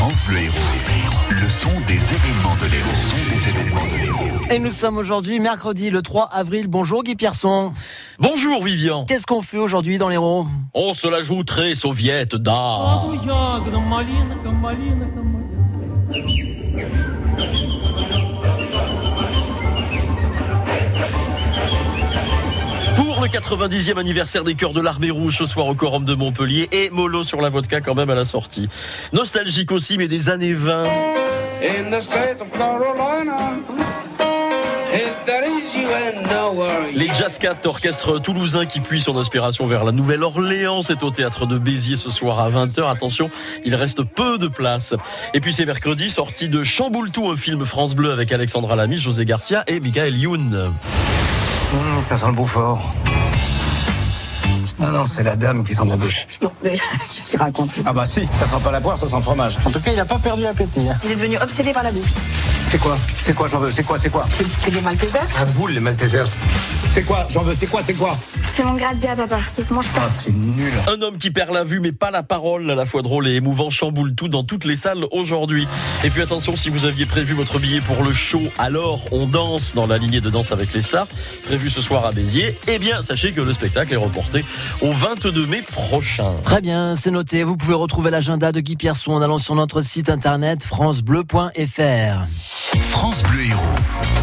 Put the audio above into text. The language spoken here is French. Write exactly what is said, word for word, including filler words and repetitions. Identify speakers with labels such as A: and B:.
A: France Bleu Héros. Le son des événements de l'Héros. Le son des événements de l'Héros.
B: Et nous sommes aujourd'hui mercredi le trois avril. Bonjour Guy Pierson.
C: Bonjour Vivian.
B: Qu'est-ce qu'on fait aujourd'hui dans l'Héros?
C: On se la joue très soviète d'art. Pour le quatre-vingt-dixième anniversaire des Chœurs de l'Armée Rouge ce soir au Quorum de Montpellier, et mollo sur la vodka quand même à la sortie. Nostalgique aussi, mais des années vingt.
D: In the state of Carolina, it there is you and nowhere.
C: Les Jazz Cats, orchestre toulousain qui puise son inspiration vers la Nouvelle-Orléans, c'est au théâtre de Béziers ce soir à vingt heures. Attention, il reste peu de place. Et puis c'est mercredi, sortie de Chamboule-Tout, un film France Bleu avec Alexandra Lamy, José Garcia et Michael Youn.
E: Mmh, ça sent le Beaufort. Ah non, c'est la dame qui sent la bouche.
F: Non, mais qu'est-ce qu'il raconte?
E: Ah bah si, ça sent pas la poire, ça sent le fromage. En tout cas, il a pas perdu l'appétit. Hein.
F: Il est devenu obsédé par la bouffe.
E: C'est quoi? C'est quoi, j'en veux? C'est quoi, c'est quoi?
F: C'est des Maltesers.
E: À boule, les Maltesers. C'est quoi? J'en veux, c'est quoi, c'est quoi?
F: C'est mon Grazia, papa. Ça se mange pas.
E: Ah, c'est nul.
C: Un homme qui perd la vue mais pas la parole, à la fois drôle et émouvant, Chamboule-Tout dans toutes les salles aujourd'hui. Et puis attention, si vous aviez prévu votre billet pour le show Alors on danse dans la lignée de Danse avec les stars, prévu ce soir à Béziers, eh bien sachez que le spectacle est reporté au vingt-deux mai prochain.
B: Très bien, c'est noté. Vous pouvez retrouver l'agenda de Guy Pierson en allant sur notre site internet francebleu point f r.
A: France Bleu Héros.